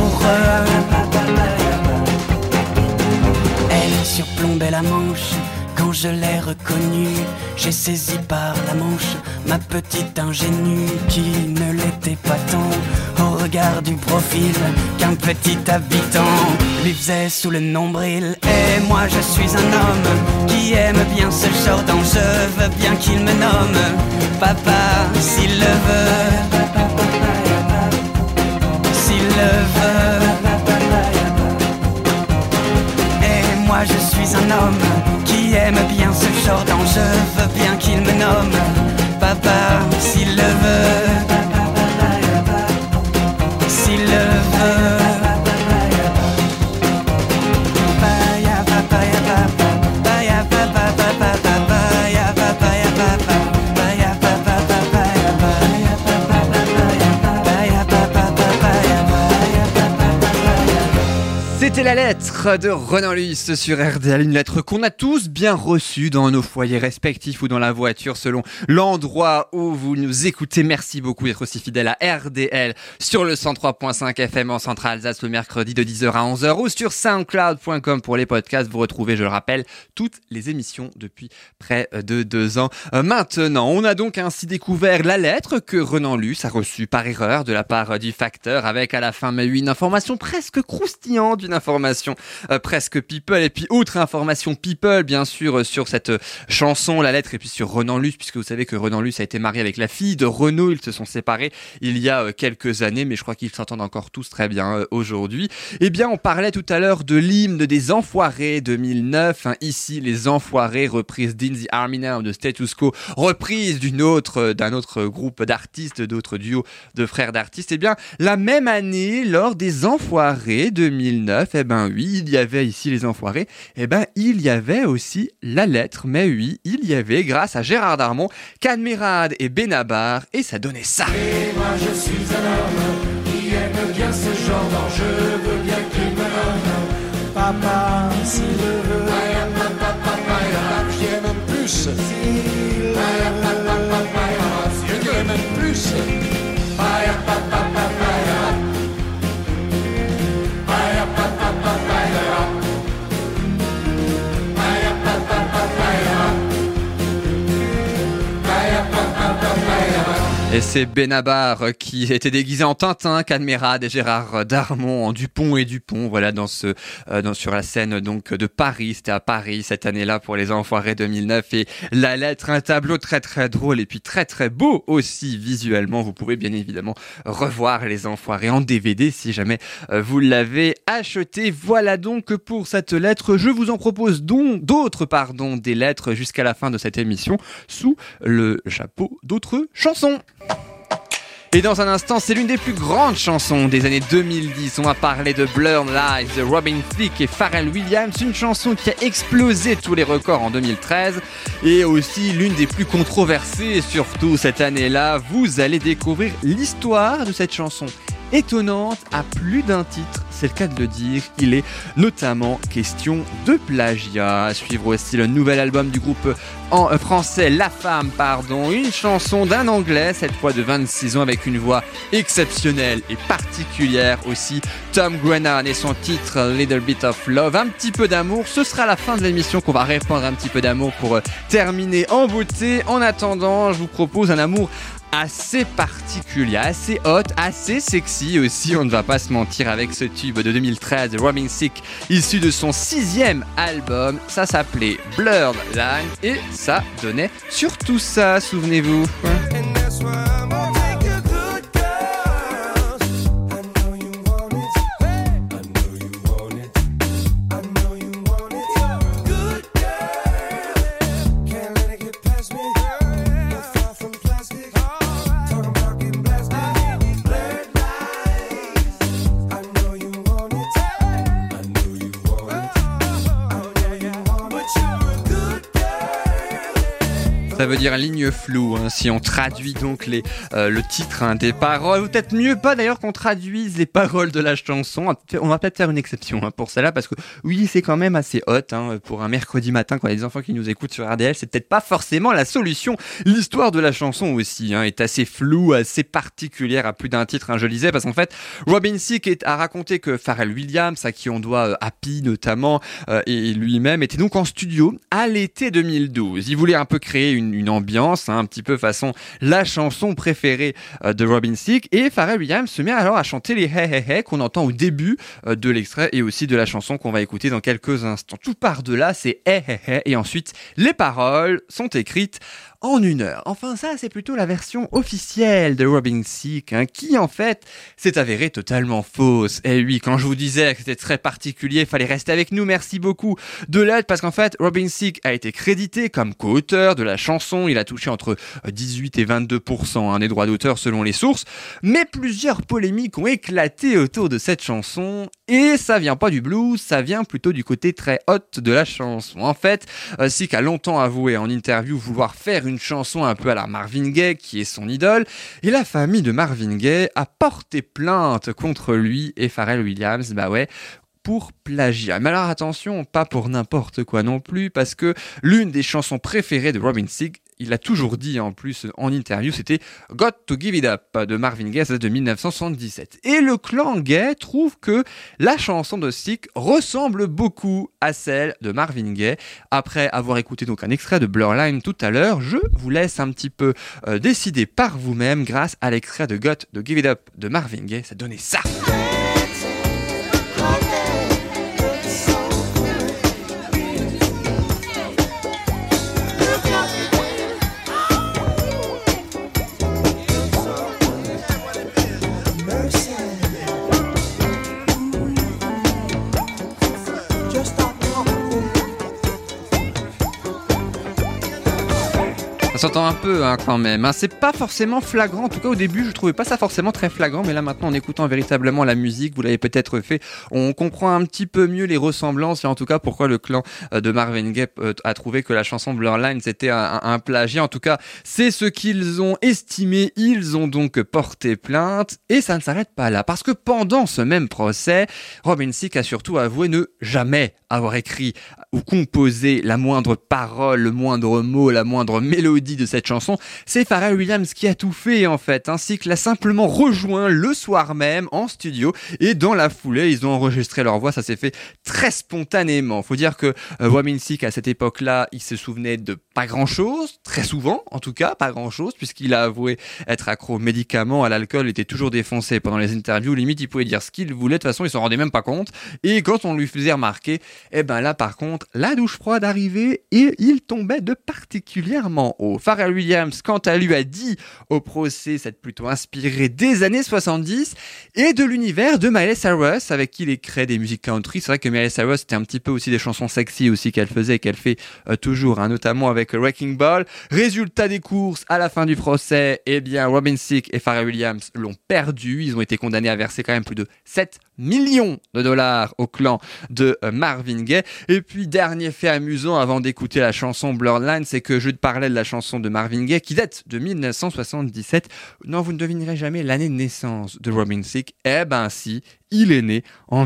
Amoureux. Elle surplombait la Manche Quand je l'ai reconnu, j'ai saisi par la manche ma petite ingénue qui ne l'était pas tant au regard du profil qu'un petit habitant lui faisait sous le nombril. Et moi je suis un homme qui aime bien ce genre d'enjeu, veux bien qu'il me nomme papa s'il le veut, s'il le veut. Et moi je suis un homme qui aime bien ce genre d'enjeu, veux bien qu'il me nomme papa s'il le veut, s'il le veut. C'était la lettre de Renan Luce sur RDL, une lettre qu'on a tous bien reçue dans nos foyers respectifs ou dans la voiture selon l'endroit où vous nous écoutez. Merci beaucoup d'être aussi fidèle à RDL sur le 103.5 FM en Centre-Alsace le mercredi de 10h à 11h ou sur soundcloud.com pour les podcasts. Vous retrouvez, je le rappelle, toutes les émissions depuis près de 2 ans. Maintenant, on a donc ainsi découvert la lettre que Renan Luce a reçue par erreur de la part du facteur avec à la fin une information presque croustillante, une information presque people, et puis autre information people bien sûr sur cette chanson, la lettre, et puis sur Renan Luce, puisque vous savez que Renan Luce a été marié avec la fille de Renaud. Ils se sont séparés il y a quelques années, mais je crois qu'ils s'entendent encore tous très bien aujourd'hui. Eh bien, on parlait tout à l'heure de l'hymne des Enfoirés 2009, ici les Enfoirés, reprise d'In the Army Now de Status Quo, reprise d'un autre groupe d'artistes, d'autres duos de frères d'artistes. Eh bien, la même année, lors des Enfoirés 2009, eh ben oui, il y avait ici les Enfoirés, eh ben il y avait aussi la lettre, mais oui, il y avait, grâce à Gérard Darmon, Cadmerade et Benabar, et ça donnait ça. Et moi je suis un homme qui aime bien ce genre d'enjeu, veux bien qu'il me nomme papa s'il le veut. Je même plus. S'il le veut. Je dirais même plus. Et c'est Benabar qui était déguisé en Tintin, Cadmerade et Gérard Darmon en Dupont et Dupont, voilà, sur la scène donc de Paris. C'était à Paris cette année-là pour les Enfoirés 2009, et la lettre, un tableau très très drôle et puis très très beau aussi visuellement. Vous pouvez bien évidemment revoir les Enfoirés en DVD si jamais vous l'avez acheté. Voilà donc pour cette lettre. Je vous en propose d'autres des lettres jusqu'à la fin de cette émission sous le chapeau d'autres chansons. Et dans un instant, c'est l'une des plus grandes chansons des années 2010. On va parler de Blurred Lines de Robin Thicke et Pharrell Williams, une chanson qui a explosé tous les records en 2013 et aussi l'une des plus controversées, surtout cette année-là. Vous allez découvrir l'histoire de cette chanson étonnante à plus d'un titre, c'est le cas de le dire. Il est notamment question de plagiat. À suivre aussi le nouvel album du groupe en français La Femme, une chanson d'un anglais, cette fois de 26 ans, avec une voix exceptionnelle et particulière aussi. Tom Grennan et son titre Little Bit of Love, un petit peu d'amour. Ce sera la fin de l'émission qu'on va répandre un petit peu d'amour pour terminer en beauté. En attendant, je vous propose un amour assez particulier, assez hot, assez sexy aussi, on ne va pas se mentir, avec ce tube de 2013 de Robin Thicke, issu de son 6e album. Ça s'appelait Blurred Lines et ça donnait surtout ça, souvenez-vous. Ça veut dire ligne floue, hein, si on traduit donc le titre des paroles, ou peut-être mieux pas d'ailleurs qu'on traduise les paroles de la chanson. On va peut-être faire une exception pour celle-là, parce que oui, c'est quand même assez hot pour un mercredi matin quand il y a des enfants qui nous écoutent sur RDL, c'est peut-être pas forcément la solution. L'histoire de la chanson aussi est assez floue, assez particulière à plus d'un titre, je lisais, parce qu'en fait, Robin Thicke a raconté que Pharrell Williams, à qui on doit Happy notamment, et lui-même, était donc en studio à l'été 2012. Il voulait un peu créer une ambiance, un petit peu façon la chanson préférée de Robin Thicke, et Pharrell Williams se met alors à chanter les Hey Hey Hey qu'on entend au début de l'extrait et aussi de la chanson qu'on va écouter dans quelques instants. Tout part de là, c'est Hey Hey Hey, et ensuite les paroles sont écrites en 1 heure. Enfin, ça, c'est plutôt la version officielle de Robin Thicke, qui, en fait, s'est avérée totalement fausse. Et oui, quand je vous disais que c'était très particulier, fallait rester avec nous, merci beaucoup de l'aide, parce qu'en fait, Robin Thicke a été crédité comme co-auteur de la chanson. Il a touché entre 18 et 22% des droits d'auteur selon les sources. Mais plusieurs polémiques ont éclaté autour de cette chanson, et ça vient pas du blues, ça vient plutôt du côté très hot de la chanson. En fait, Thicke a longtemps avoué en interview vouloir faire une chanson un peu à la Marvin Gaye, qui est son idole, et la famille de Marvin Gaye a porté plainte contre lui et Pharrell Williams, pour plagiat. Mais alors attention, pas pour n'importe quoi non plus, parce que l'une des chansons préférées de Robin Thicke, il l'a toujours dit en plus en interview, c'était Got to Give It Up de Marvin Gaye, ça date de 1977. Et le clan Gaye trouve que la chanson de Thicke ressemble beaucoup à celle de Marvin Gaye. Après avoir écouté donc un extrait de Blurline tout à l'heure, je vous laisse un petit peu décider par vous-même grâce à l'extrait de Got to Give It Up de Marvin Gaye. Ça donnait ça. Ça s'entend un peu quand même, c'est pas forcément flagrant, en tout cas au début je trouvais pas ça forcément très flagrant, mais là maintenant en écoutant véritablement la musique, vous l'avez peut-être fait, on comprend un petit peu mieux les ressemblances, et en tout cas pourquoi le clan de Marvin Gaye a trouvé que la chanson Blurline c'était un plagiat. En tout cas c'est ce qu'ils ont estimé, ils ont donc porté plainte, et ça ne s'arrête pas là, parce que pendant ce même procès, Robin Thicke a surtout avoué ne jamais avoir écrit ou composé la moindre parole, le moindre mot, la moindre mélodie de cette chanson. C'est Pharrell Williams qui a tout fait en fait, ainsi que l'a simplement rejoint le soir même en studio, et dans la foulée ils ont enregistré leur voix. Ça s'est fait très spontanément. Faut dire que Robin Thicke à cette époque-là, il se souvenait de pas grand-chose, très souvent en tout cas pas grand-chose, puisqu'il a avoué être accro aux médicaments, à l'alcool, était toujours défoncé pendant les interviews, limite il pouvait dire ce qu'il voulait, de toute façon il s'en rendait même pas compte, et quand on lui faisait remarquer, là par contre la douche froide arrivait et il tombait de particulièrement haut. Pharrell Williams, quant à lui, a dit au procès s'être plutôt inspiré des années 70 et de l'univers de Miley Cyrus, avec qui il crée des musiques country. C'est vrai que Miley Cyrus, c'était un petit peu aussi des chansons sexy aussi qu'elle faisait et qu'elle fait toujours, notamment avec Wrecking Ball. Résultat des courses, à la fin du procès, Robin Thicke et Pharrell Williams l'ont perdu. Ils ont été condamnés à verser quand même plus de 7 millions de dollars au clan de Marvin Gaye. Et puis, dernier fait amusant avant d'écouter la chanson Blurline, c'est que je te parlais de la chanson de Marvin Gaye qui date de 1977. Non, vous ne devinerez jamais l'année de naissance de Robin Thicke. Si, il est né en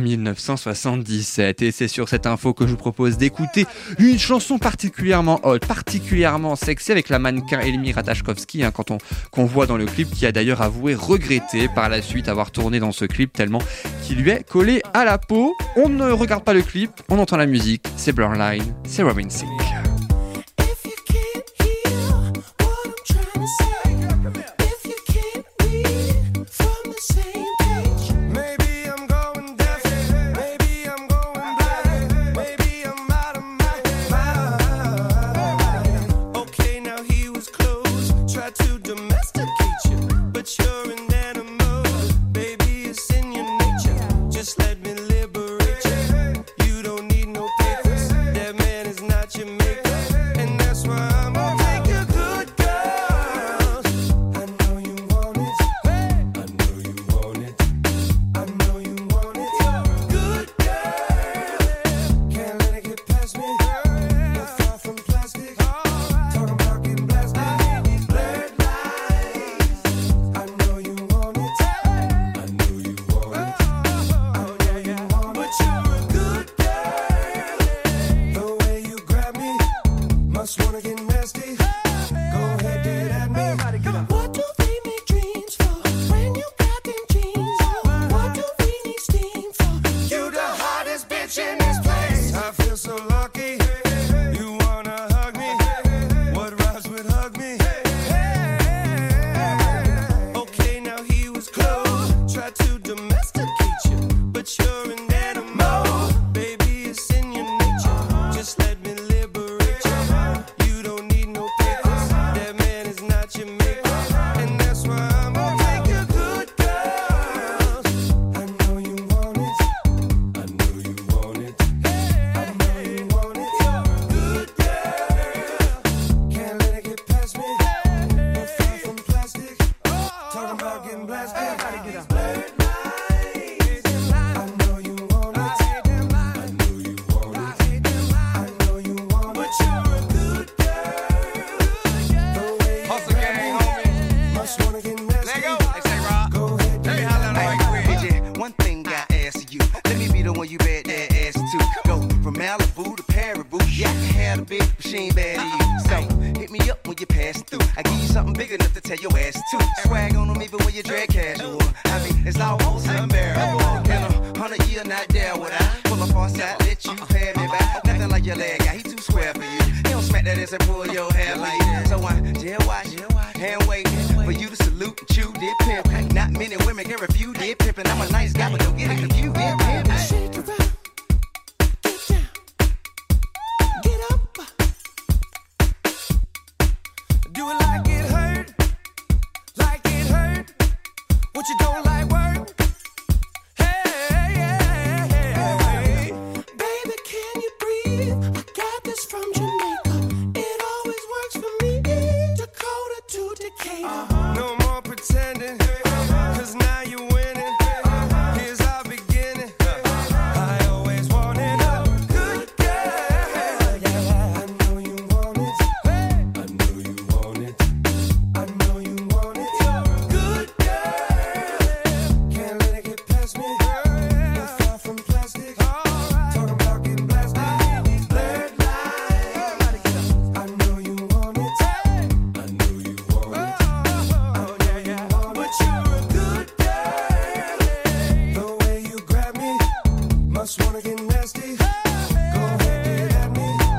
1977. Et c'est sur cette info que je vous propose d'écouter une chanson particulièrement hot, particulièrement sexy, avec la mannequin Elmira Tachkovsky, qu'on voit dans le clip, qui a d'ailleurs avoué regretter par la suite avoir tourné dans ce clip tellement qu'il lui est collé à la peau. On ne regarde pas le clip, on entend la musique, c'est Blurline, c'est Robin Thicke. If you can't hear what I'm trying to say, if you can't read from the same page, Maybe I'm going deaf, maybe I'm going blind, maybe I'm out of my mind. Okay, now he was close, tried to domesticate you, but you're an animal, baby, it's in your nature. Just let me liberate you. You don't need no papers, that man is not your man. Must wanna get nasty. Go ahead, get at me. What do they make dreams for when you got them jeans on? What do we need steam for? You the hottest bitch in this place. I feel so lucky. You wanna hug me? What rhymes with hug me? Okay, now he was close. Tried to domesticate you, but you're an animal. Baby, it's in your nature. Just let me liberate you. You don't need no papers. That man is not your maker. And that's why I'm gonna take your good girls. I know you want it. I know you want it. I know you want it. Good girl. Can't let it get past me. You're far from plastic. Talking about getting blasted. Blurred lines. I know you want it. I know you want it. I know you want it. But you're a good girl. The way you Hustle gang, homie. must wanna get nasty. Let go. Hey, say Rob. Go ahead, Let me get holler like quick. AJ, one thing I ask you. Let me be the one you bet that ass to. Go from Malibu to Paribu. Yeah, I can have a bitch, but she ain't bad to you. So hit me up when you pass through. I give you something big enough to tell your ass to. Swag on them even when you drag casual. I mean, it's almost unbearable. In 100 years, not there would I pull up on side, let you pay me back. Nothing like your leg guy, he too square for you. He don't smack that ass and pull your hair like that. So I jail watch, hand waiting for you to salute and chew did pimp. Not many women can refuse did pimpin'. I'm a nice guy, but don't get it confused. Did pimp. Shake it out. Get down. Get up. Do it like it hurt, like it hurt. What you don't like work? Hey, Baby, can you breathe? I got this from Jamaica. It always works for me. Dakota to Decatur. no more pretending, 'cause now you're winning. Here's our beginning. I always wanted a good girl. I know you want it. I know you want it. I know you want it. Good girl. Can't let it get past me. You're far from plastic. Talking about getting blasted. Blurred lines. I know you want it. I know you want it. But you're a good girl. The way you grab me, must wanna get nasty. Go ahead, get at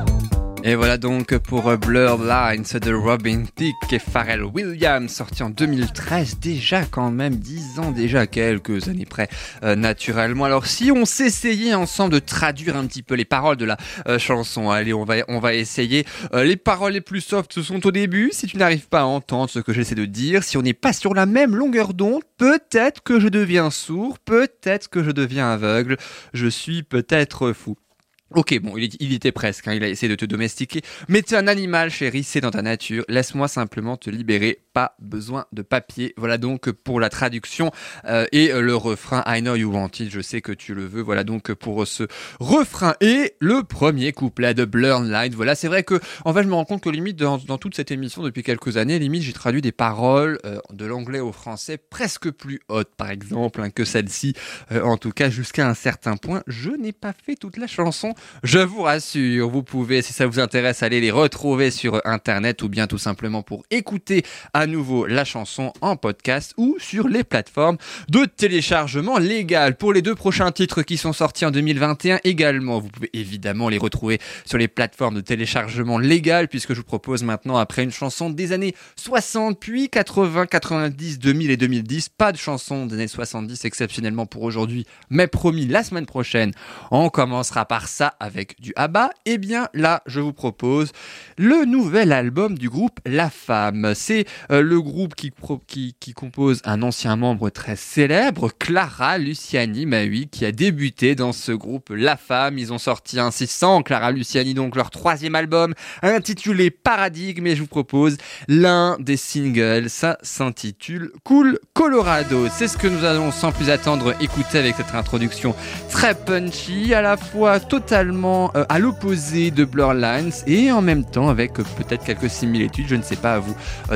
me. Et voilà donc pour Blurred Lines de Robin Thicke et Pharrell Williams, sorti en 2013, déjà quand même 10 ans déjà, quelques années près naturellement. Alors si on s'essayait ensemble de traduire un petit peu les paroles de la chanson, allez on va essayer. Les paroles les plus soft ce sont au début, si tu n'arrives pas à entendre ce que j'essaie de dire, si on n'est pas sur la même longueur d'onde, peut-être que je deviens sourd, peut-être que je deviens aveugle, je suis peut-être fou. Ok, bon, il était presque, hein, il a essayé de te domestiquer, mais t'es un animal, chéri, c'est dans ta nature, laisse-moi simplement te libérer, pas besoin de papier. Voilà donc pour la traduction et le refrain I know you want it, je sais que tu le veux, voilà donc pour ce refrain et le premier couplet de Blurred Lines. Voilà, c'est vrai que, en fait, je me rends compte que limite, dans toute cette émission depuis quelques années, limite, j'ai traduit des paroles de l'anglais au français presque plus hautes, par exemple, hein, que celle-ci, en tout cas, jusqu'à un certain point. Je n'ai pas fait toute la chanson. Je vous rassure, vous pouvez, si ça vous intéresse, aller les retrouver sur internet ou bien tout simplement pour écouter à nouveau la chanson en podcast ou sur les plateformes de téléchargement légal. Pour les 2 prochains titres qui sont sortis en 2021 également, vous pouvez évidemment les retrouver sur les plateformes de téléchargement légal puisque je vous propose maintenant, après une chanson des années 60, puis 80, 90, 2000 et 2010, pas de chanson des années 70 exceptionnellement pour aujourd'hui, mais promis la semaine prochaine, on commencera par ça avec du ABBA. Et bien là, je vous propose le nouvel album du groupe La Femme. C'est le groupe qui compose un ancien membre très célèbre, Clara Luciani, qui a débuté dans ce groupe La Femme. Ils ont sorti ainsi sans Clara Luciani donc leur 3e album intitulé Paradigme, et je vous propose l'un des singles, ça s'intitule Cool Colorado. C'est ce que nous allons sans plus attendre écouter avec cette introduction très punchy, à la fois totalement à l'opposé de Blurred Lines et en même temps avec peut-être quelques similitudes, je ne sais pas, à vous de le dire.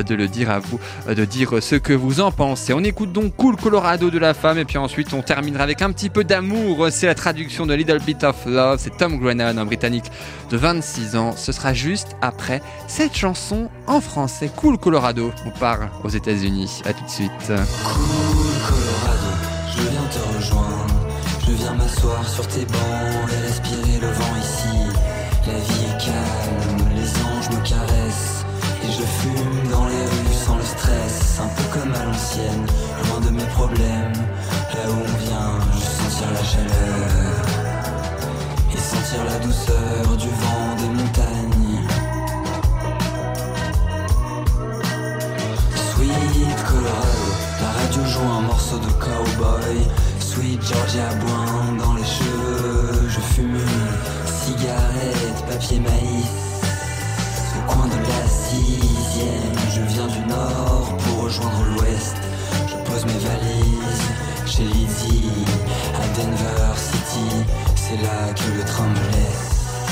plaisir à vous de dire ce que vous en pensez. On écoute donc Cool Colorado de La Femme et puis ensuite on terminera avec un petit peu d'amour. C'est la traduction de Little Bit of Love. C'est Tom Grennan, un Britannique de 26 ans. Ce sera juste après cette chanson en français. Cool Colorado. On part aux États-Unis. À tout de suite. Cool Colorado, je viens te rejoindre. Je viens m'asseoir sur tes bancs et respirer le vent ici. La vie est calme, les anges me caressent. Et je fume dans les rues sans le stress. Un peu comme à l'ancienne, loin de mes problèmes. Là où on vient, juste sentir la chaleur. Et sentir la douceur du vent des montagnes. Sweet Colorado, la radio joue un morceau de cowboy. Sweet Georgia boing dans les cheveux. Je fume une cigarette, papier maïs. Au coin de la 6e, je viens du nord pour rejoindre l'ouest. Je pose mes valises chez Lizzie à Denver City. C'est là que le train me laisse.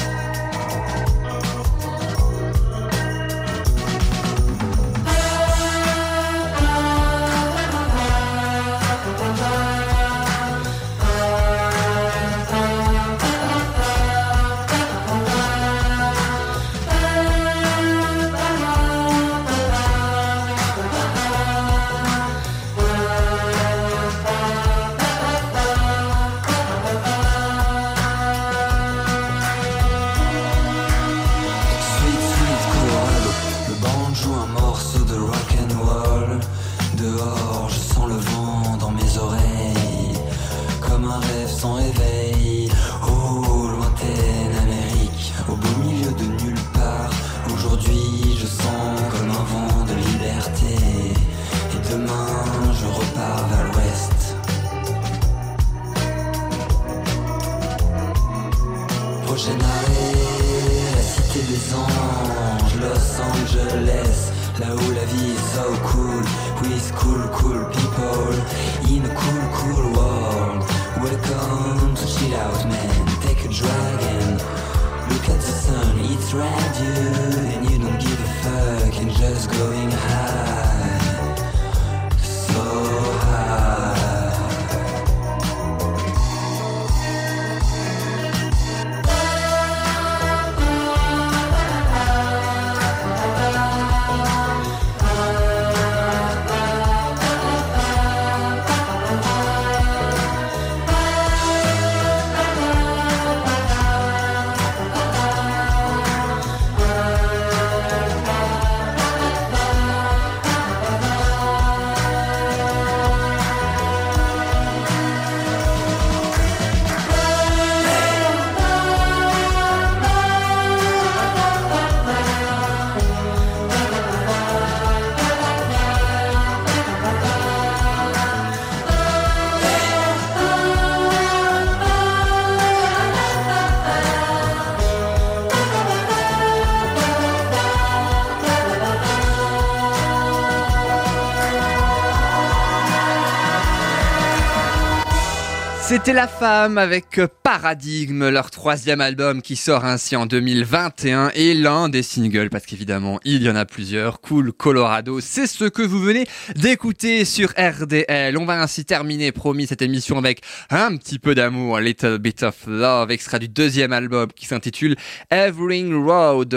C'était La Femme avec Paradigme, leur 3e album qui sort ainsi en 2021 et l'un des singles, parce qu'évidemment il y en a plusieurs, Cool Colorado, c'est ce que vous venez d'écouter sur RDL. On va ainsi terminer, promis, cette émission avec un petit peu d'amour, Little Bit of Love, extrait du 2e album qui s'intitule Evering Road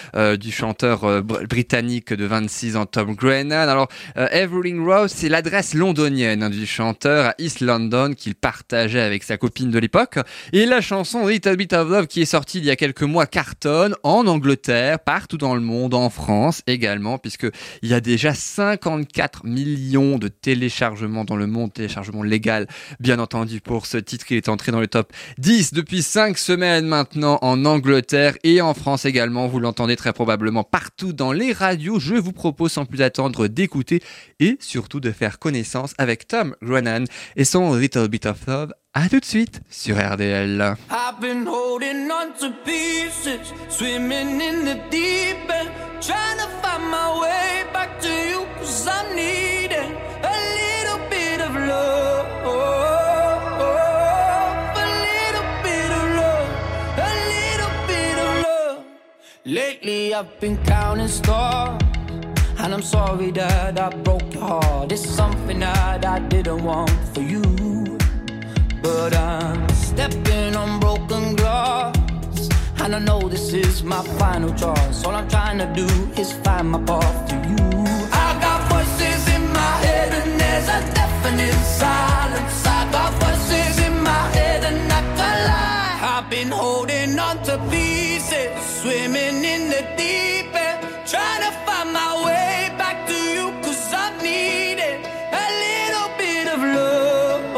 du chanteur britannique de 26 ans Tom Grennan. Alors Evering Road, c'est l'adresse londonienne du chanteur à East London qu'il partage avec sa copine de l'époque. Et la chanson Little Bit of Love qui est sortie il y a quelques mois cartonne en Angleterre, partout dans le monde, en France également, puisque il y a déjà 54 millions de téléchargements dans le monde, téléchargements légal bien entendu pour ce titre qui est entré dans le top 10 depuis 5 semaines maintenant en Angleterre et en France également. Vous l'entendez très probablement partout dans les radios. Je vous propose sans plus attendre d'écouter et surtout de faire connaissance avec Tom Grennan et son Little Bit of Love. À tout de suite sur RDL. I've been holding on to pieces, swimming in the deep end, trying to find my way back to you, 'cause I'm needing a little bit of love, a little bit of love, a little bit of love. Lately I've been counting stars, And I'm sorry that I broke your heart. It's something that I didn't want for you. But I'm stepping on broken glass, and I know this is my final choice. All I'm trying to do is find my path to you. I got voices in my head and there's a deafening silence. I got voices in my head and I can't lie. I've been holding on to pieces, swimming in the deep end, trying to find my way back to you, 'cause I needed a little bit of love.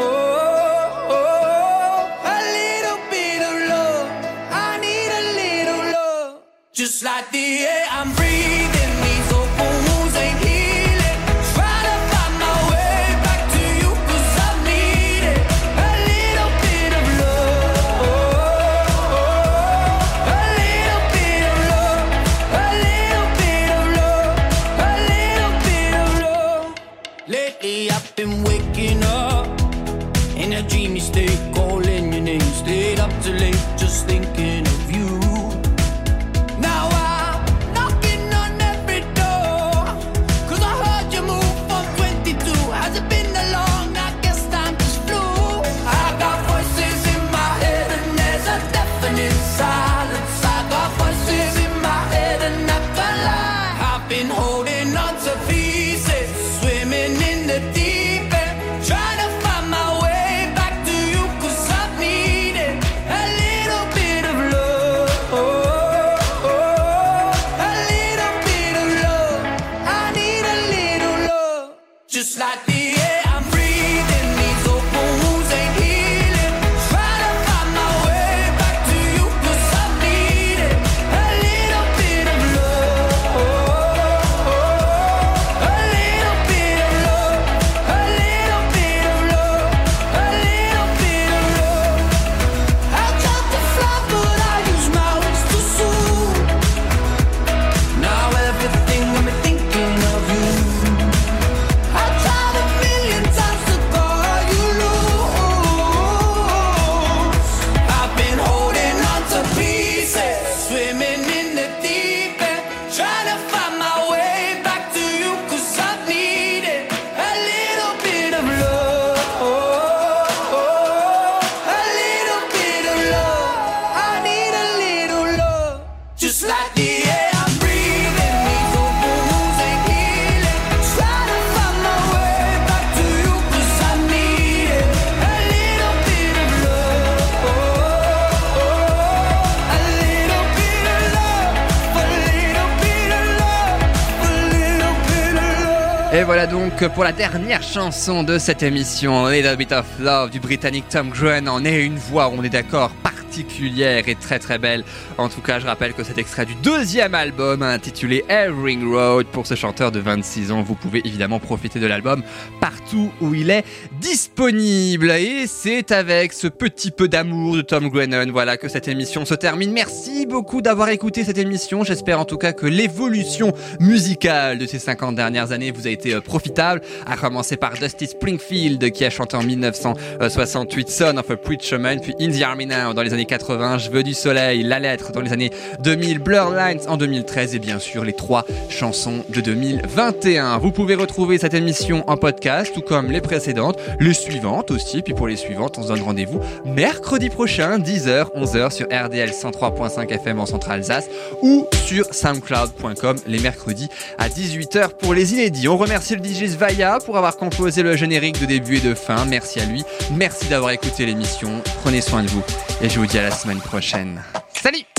Just like the air I'm breathing, these open wounds ain't healing. Trying to find my way back to you, 'cause I need it. A little bit of love, a little bit of love, a little bit of love, a little bit of love. Lately I've been waking up in a dreamy state, calling your name. Stayed up too late, just thinking of you. Now I'm knocking on every door, 'cause I heard you move from 22. Has it been that long? I guess time just flew. I got voices in my head and there's a deafening silence. I got voices in my head and I can't lie. I've been holding on to pieces, swimming in the deep end, trying to find my way back to you, 'cause I needed a little bit of love. Just like the air I'm breathing, these open wounds ain't healing. Trying to find my way back to you, 'cause I need it. A little bit of love, a little bit of love, a little bit of love, a little bit of love. I tried to fly but I use my wings too soon. Now everything got me thinking of you. I tried a million times to call you loose. I've been holding on to pieces, swimming in the deep end, trying to find my way back to you, 'cause I needed a little bit of love, a little bit of love. I need a little love, just like the air I'm breathing. These open wounds ain't healing. Trying to find my way back to you, 'cause I need it. A little bit of love, a little bit of love, a little bit of love, a little bit of love. Et voilà donc pour la dernière chanson de cette émission, Little Bit of Love du Britannique Tom Grennan. On est une voix, on est d'accord, particulière et très très belle. En tout cas, je rappelle que cet extrait du deuxième album intitulé Air Ring Road. Pour ce chanteur de 26 ans, vous pouvez évidemment profiter de l'album partout où il est disponible. Et c'est avec ce petit peu d'amour de Tom Grennan, voilà, que cette émission se termine. Merci beaucoup d'avoir écouté cette émission. J'espère en tout cas que l'évolution musicale de ces 50 dernières années vous a été profitable, à commencer par Dusty Springfield qui a chanté en 1968 Son of a Preacher Man, puis In the Army Now dans les années 80, Je veux du soleil, La lettre dans les années 2000, Blur Lines en 2013 et bien sûr les 3 chansons de 2021. Vous pouvez retrouver cette émission en podcast, tout comme les précédentes, les suivantes aussi, puis pour les suivantes on se donne rendez-vous mercredi prochain 10h, 11h sur RDL 103.5 FM en Centre-Alsace ou sur soundcloud.com les mercredis à 18h pour les inédits. On remercie le DJ Svaya pour avoir composé le générique de début et de fin, merci à lui, merci d'avoir écouté l'émission, prenez soin de vous et je vous dis à la semaine prochaine. Salut!